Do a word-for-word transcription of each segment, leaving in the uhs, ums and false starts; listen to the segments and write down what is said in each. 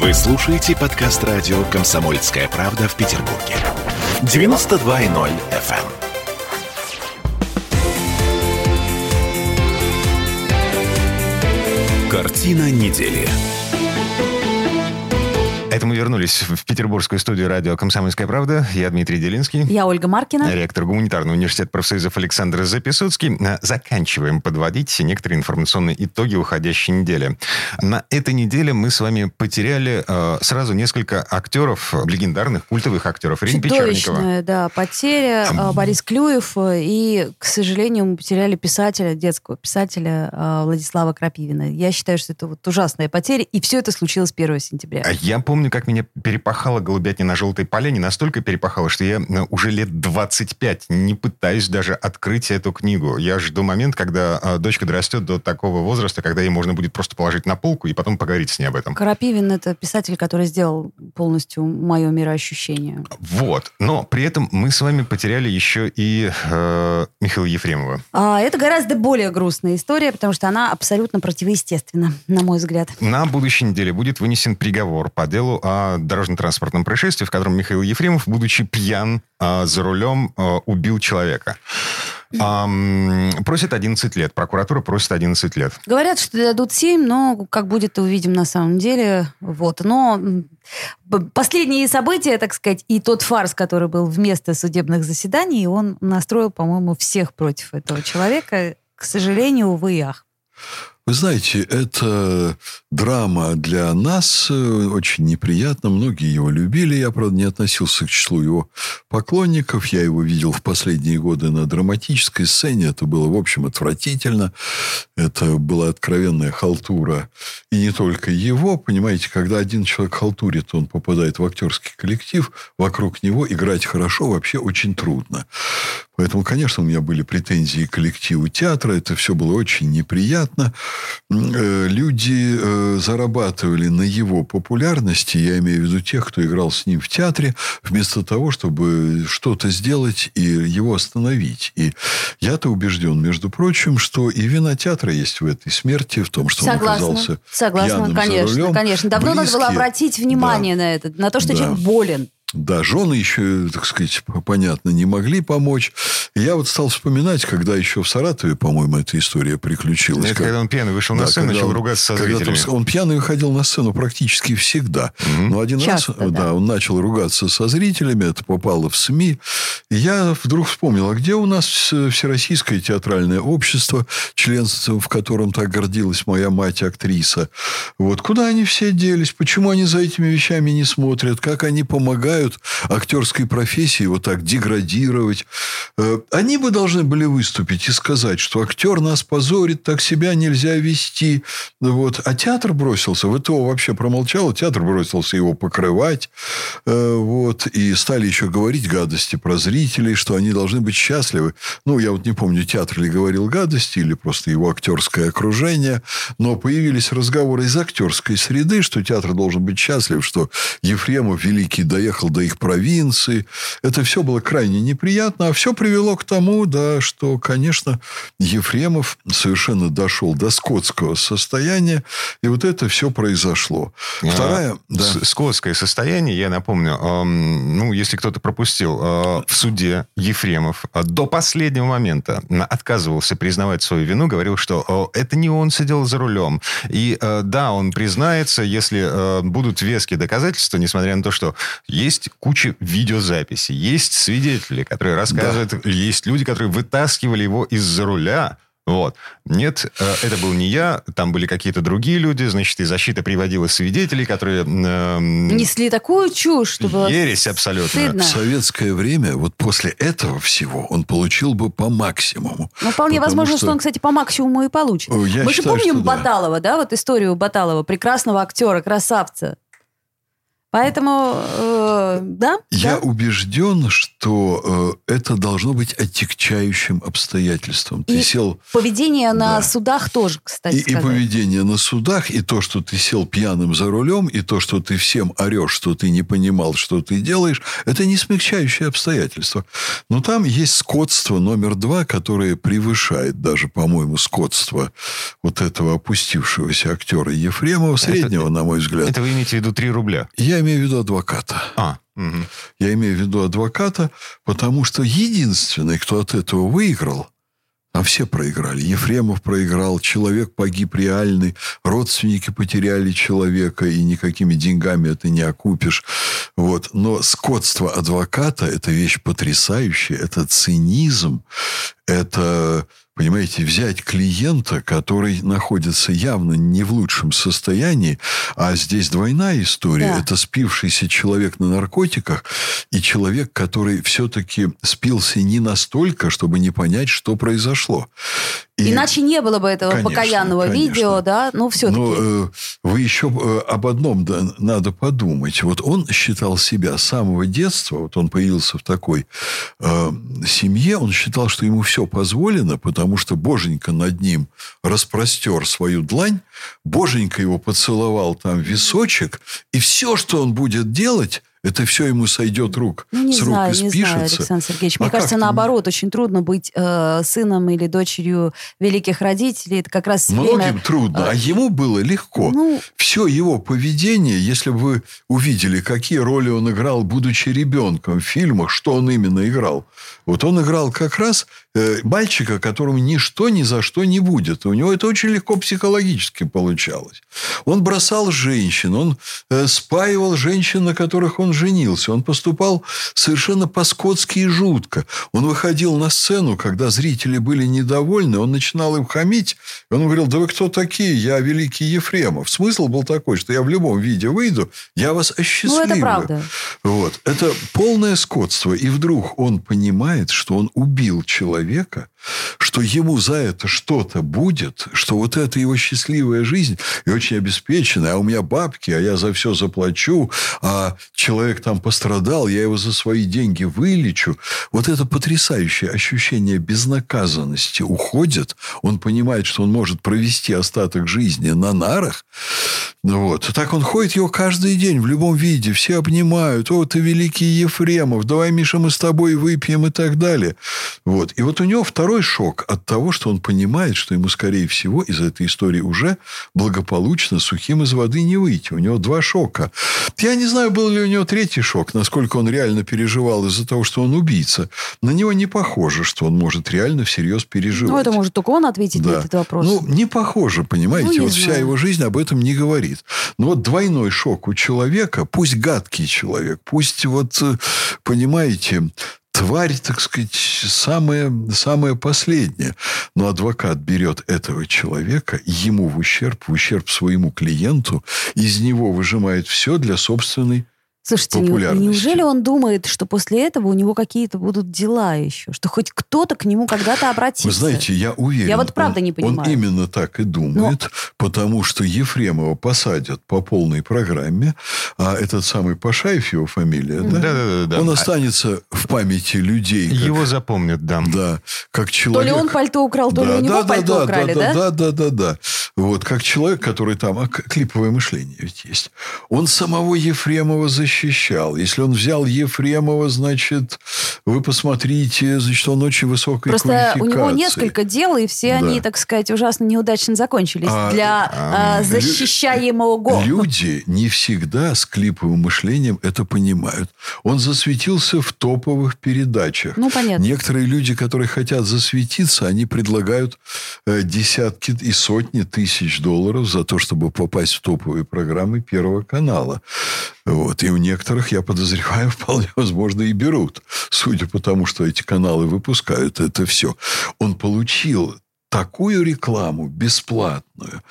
Вы слушаете подкаст радио «Комсомольская правда» в Петербурге. девяносто два и ноль эф эм. Картина недели. Это мы вернулись в петербургскую студию радио «Комсомольская правда». Я Дмитрий Делинский. Я Ольга Маркина. Ректор Гуманитарного университета профсоюзов Александр Записоцкий. Заканчиваем подводить некоторые информационные итоги уходящей недели. На этой неделе мы с вами потеряли э, сразу несколько актеров, легендарных, культовых актеров. Ирина Печорникова. Чудовищная, да, потеря. А... Борис Клюев. И, к сожалению, мы потеряли писателя, детского писателя э, Владислава Крапивина. Я считаю, что это вот ужасная потеря. И все это случилось первого сентября. А я помню, как меня перепахала голубятня на желтой поляне, настолько перепахала, что я уже лет двадцать пять не пытаюсь даже открыть эту книгу. Я жду момент, когда дочка дорастет до такого возраста, когда ей можно будет просто положить на полку и потом поговорить с ней об этом. Крапивин — это писатель, который сделал полностью мое мироощущение. Вот. Но при этом мы с вами потеряли еще и э, Михаила Ефремова. А, это гораздо более грустная история, потому что она абсолютно противоестественна, на мой взгляд. На будущей неделе будет вынесен приговор по делу о дорожно-транспортном происшествии, в котором Михаил Ефремов, будучи пьян э, за рулем, э, убил человека. Эм, просит одиннадцать лет. Прокуратура просит одиннадцать лет. Говорят, что дадут семь, но как будет, увидим на самом деле. Вот. Но последние события, так сказать, и тот фарс, который был вместо судебных заседаний, он настроил, по-моему, всех против этого человека. К сожалению, увы и ах. Вы знаете, это драма для нас очень неприятна. Многие его любили. Я, правда, не относился к числу его поклонников. Я его видел в последние годы на драматической сцене. Это было, в общем, отвратительно. Это была откровенная халтура. И не только его. Понимаете, когда один человек халтурит, он попадает в актерский коллектив. Вокруг него играть хорошо вообще очень трудно. Поэтому, конечно, у меня были претензии к коллективу театра. Это все было очень неприятно. Люди зарабатывали на его популярности, я имею в виду тех, кто играл с ним в театре, вместо того, чтобы что-то сделать и его остановить. И я-то убежден, между прочим, что и вина театра есть в этой смерти, в том, что Согласна. он оказался Согласна, пьяным конечно, за рулем. конечно. Давно Близкие, надо было обратить внимание да, на это, на то, что да. человек болен. Да, жены еще, так сказать, понятно, не могли помочь. И я вот стал вспоминать, когда еще в Саратове, по-моему, эта история приключилась. Это как... когда он пьяный вышел да, на сцену, начал он, ругаться со зрителями. Там, он пьяный выходил на сцену практически всегда. Mm-hmm. Но один Часто, раз да. Да, он начал ругаться со зрителями, это попало в СМИ. И я вдруг вспомнил, а где у нас Всероссийское театральное общество, членством в котором так гордилась моя мать, актриса. Вот. Куда они все делись? Почему они за этими вещами не смотрят? Как они помогают актерской профессии вот так деградировать? Они бы должны были выступить и сказать, что актер нас позорит, так себя нельзя вести. Вот. А театр бросился, ВТО вообще промолчало, театр бросился его покрывать. Вот. И стали еще говорить гадости про зрителей, что они должны быть счастливы. Ну, я вот не помню, театр ли говорил гадости, или просто его актерское окружение. Но появились разговоры из актерской среды, что театр должен быть счастлив, что Ефремов великий доехал до их провинции. Это все было крайне неприятно. А все привело к тому, да, что, конечно, Ефремов совершенно дошел до скотского состояния. И вот это все произошло. Вторая... А, да. Скотское состояние, я напомню, э, ну, если кто-то пропустил, э, в суде Ефремов э, до последнего момента отказывался признавать свою вину, говорил, что э, это не он сидел за рулем. И э, да, он признается, если э, будут веские доказательства, несмотря на то, что есть куча видеозаписей, есть свидетели, которые рассказывают, да. Есть люди, которые вытаскивали его из-за руля. Вот. Нет, это был не я, там были какие-то другие люди, значит, и защита приводила свидетелей, которые... Э, несли такую чушь, что было ересь абсолютно. Стыдно. В советское время вот после этого всего он получил бы по максимуму. Ну, вполне возможно, что... что он, кстати, по максимуму и получит. Я Мы считаю, же помним что да. Баталова, да, вот историю Баталова, прекрасного актера, красавца. Поэтому, э, да. Я да. убежден, что э, это должно быть отягчающим обстоятельством. Ты и сел... поведение на Да. судах тоже, кстати И, и сказать. поведение на судах, и то, что ты сел пьяным за рулем, и то, что ты всем орешь, что ты не понимал, что ты делаешь, это не смягчающие обстоятельства. Но там есть скотство номер два, которое превышает даже, по-моему, скотство вот этого опустившегося актера Ефремова, среднего, это, на мой взгляд. Это вы имеете в виду три рубля? Я имею в виду адвоката. А, угу. Я имею в виду адвоката, потому что единственный, кто от этого выиграл, там все проиграли. Ефремов проиграл, человек погиб реальный, родственники потеряли человека, и никакими деньгами это не окупишь. Вот. Но скотство адвоката – это вещь потрясающая, это цинизм, это... Понимаете, взять клиента, который находится явно не в лучшем состоянии, а здесь двойная история. Да. Это спившийся человек на наркотиках и человек, который все-таки спился не настолько, чтобы не понять, что произошло. И... Иначе не было бы этого Конечно, покаянного конечно. видео, да? Ну, все-таки. Но э, вы еще э, об одном да, надо подумать. Вот он считал себя с самого детства, вот он появился в такой э, семье, он считал, что ему все позволено, потому что Боженька над ним распростер свою длань, Боженька его поцеловал там в височек, и все, что он будет делать... Это все ему сойдет рук, Ну, не с рук знаю, и не спишется. знаю, Александр Сергеевич. Мне А кажется, как? наоборот, очень трудно быть э, сыном или дочерью великих родителей. Это как раз Многим время... трудно, а ему было легко. Ну, Все его поведение, если бы вы увидели, какие роли он играл, будучи ребенком в фильмах, что он именно играл. Вот он играл как раз э, мальчика, которому ничто ни за что не будет. У него это очень легко психологически получалось. Он бросал женщин, он э, спаивал женщин, на которых он женился. Он поступал совершенно по-скотски и жутко. Он выходил на сцену, когда зрители были недовольны, он начинал им хамить. И он говорил: да вы кто такие? Я великий Ефремов. Смысл был такой, что я в любом виде выйду, я вас осчастливлю. ну, это правда. Вот. Это полное скотство. И вдруг он понимает, что он убил человека, что ему за это что-то будет, что вот это его счастливая жизнь и очень обеспеченная, а у меня бабки, а я за все заплачу, а человек там пострадал, я его за свои деньги вылечу. Вот это потрясающее ощущение безнаказанности уходит. Он понимает, что он может провести остаток жизни на нарах. Вот. Так он ходит его каждый день в любом виде. Все обнимают. О, ты великий Ефремов. Давай, Миша, мы с тобой выпьем и так далее. Вот. И вот у него второй шок от того, что он понимает, что ему, скорее всего, из этой истории уже благополучно сухим из воды не выйти. У него два шока. Я не знаю, был ли у него третий шок, насколько он реально переживал из-за того, что он убийца. На него не похоже, что он может реально всерьез переживать. Ну, это может только он ответить Да. на этот вопрос. Ну, не похоже, понимаете. Ну, не вот вся знаю. его жизнь об этом не говорит. Но вот двойной шок у человека, пусть гадкий человек, пусть вот, э, понимаете, тварь, так сказать, самая, самая последняя. Но адвокат берет этого человека, ему в ущерб, в ущерб своему клиенту, из него выжимает все для собственной Слушайте, не- популярности. неужели он думает, что после этого у него какие-то будут дела еще? Что хоть кто-то к нему когда-то обратится? Вы знаете, я уверен, Я вот правда он, не понимаю. он именно так и думает, потому что Ефремова посадят по полной программе, а этот самый Пашаев, его фамилия, да? Да-да-да. Он останется в памяти людей. Как, Его запомнят, да. да, как То человек... ли он пальто украл, то ли Да, у него да, да, пальто да, украли, да? да? Да, да, да, да. Вот, как человек, который там... А к- клиповое мышление ведь есть. Он самого Ефремова защищал. Если он взял Ефремова, значит, вы посмотрите, значит, он очень высокой Просто квалификации. у него несколько дел, и все Да. они, так сказать, ужасно неудачно закончились А, для а, а, защищаемого. Люди не всегда с клиповым мышлением это понимают. Он засветился в топовых передачах. Ну, понятно. Некоторые люди, которые хотят засветиться, они предлагают э, десятки и сотни тысяч долларов за то, чтобы попасть в топовые программы Первого канала. Вот. И у некоторых, я подозреваю, вполне возможно, и берут. Судя по тому, что эти каналы выпускают это все. Он получил такую рекламу бесплатную.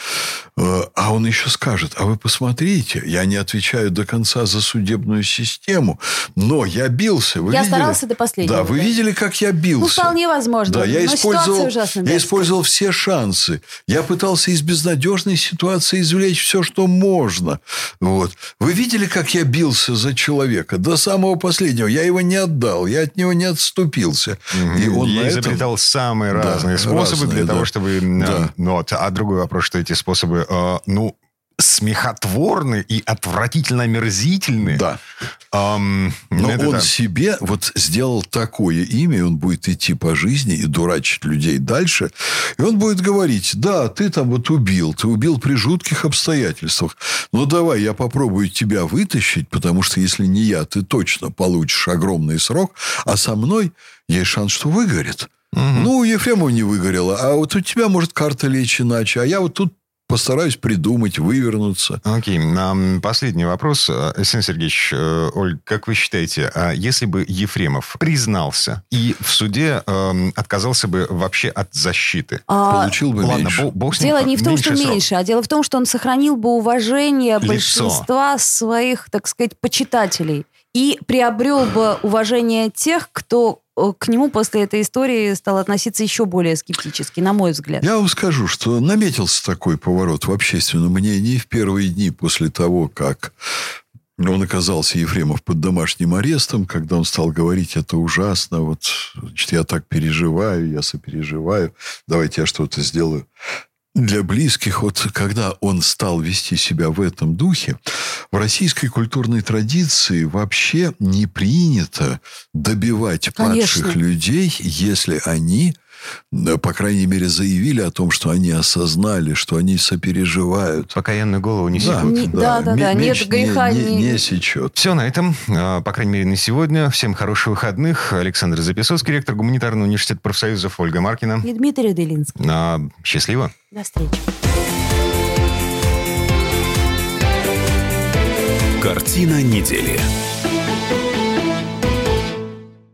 А он еще скажет: а вы посмотрите, я не отвечаю до конца за судебную систему, но я бился. Вы Я видели? старался до последнего. Да, вы да. видели, как я бился? Ну, вполне возможно. Да, я Но использовал, ситуация ужасная, я да, использовал все шансы. Я пытался из безнадежной ситуации извлечь все, что можно. Вот. Вы видели, как я бился за человека? До самого последнего. Я его не отдал. Я от него не отступился. Mm-hmm. И он я на изобретал этом... самые разные да, способы разные, для да. того, чтобы... Да. Ну, вот. А другой вопрос, что эти способы, э, ну, смехотворны и отвратительно омерзительны. Да. Um, Но он да. себе вот сделал такое имя, и он будет идти по жизни и дурачить людей дальше. И он будет говорить, да, ты там вот убил, ты убил при жутких обстоятельствах. Но давай я попробую тебя вытащить, потому что если не я, ты точно получишь огромный срок, а со мной есть шанс, что выгорит. Угу. Ну, у Ефремова не выгорело, а вот у тебя может карта лечь иначе, а я вот тут постараюсь придумать, вывернуться. Окей. Okay. Последний вопрос. Александр Сергеевич, Оль, как вы считаете, если бы Ефремов признался и в суде э, отказался бы вообще от защиты, а... получил бы Ладно, меньше? Бог с ним, дело не в том, что срок. меньше, а дело в том, что он сохранил бы уважение Лицо. большинства своих, так сказать, почитателей. И приобрел бы уважение тех, кто к нему после этой истории стал относиться еще более скептически, на мой взгляд. Я вам скажу, что наметился такой поворот в общественном мнении в первые дни после того, как он оказался, Ефремов, под домашним арестом, когда он стал говорить, это ужасно, вот, значит, я так переживаю, я сопереживаю, давайте я что-то сделаю для близких. Вот когда он стал вести себя в этом духе, в российской культурной традиции вообще не принято добивать Конечно. падших людей, если они, по крайней мере, заявили о том, что они осознали, что они сопереживают. Покаянную голову не Да, секут. Не- да, да, да, Меч нет греха не, не, не- не сечет. Все на этом, по крайней мере, на сегодня. Всем хороших выходных. Александр Записоцкий, ректор Гуманитарного университета профсоюзов, Ольга Маркина. И Дмитрий Делинский. Счастливо. До встречи. Картина недели.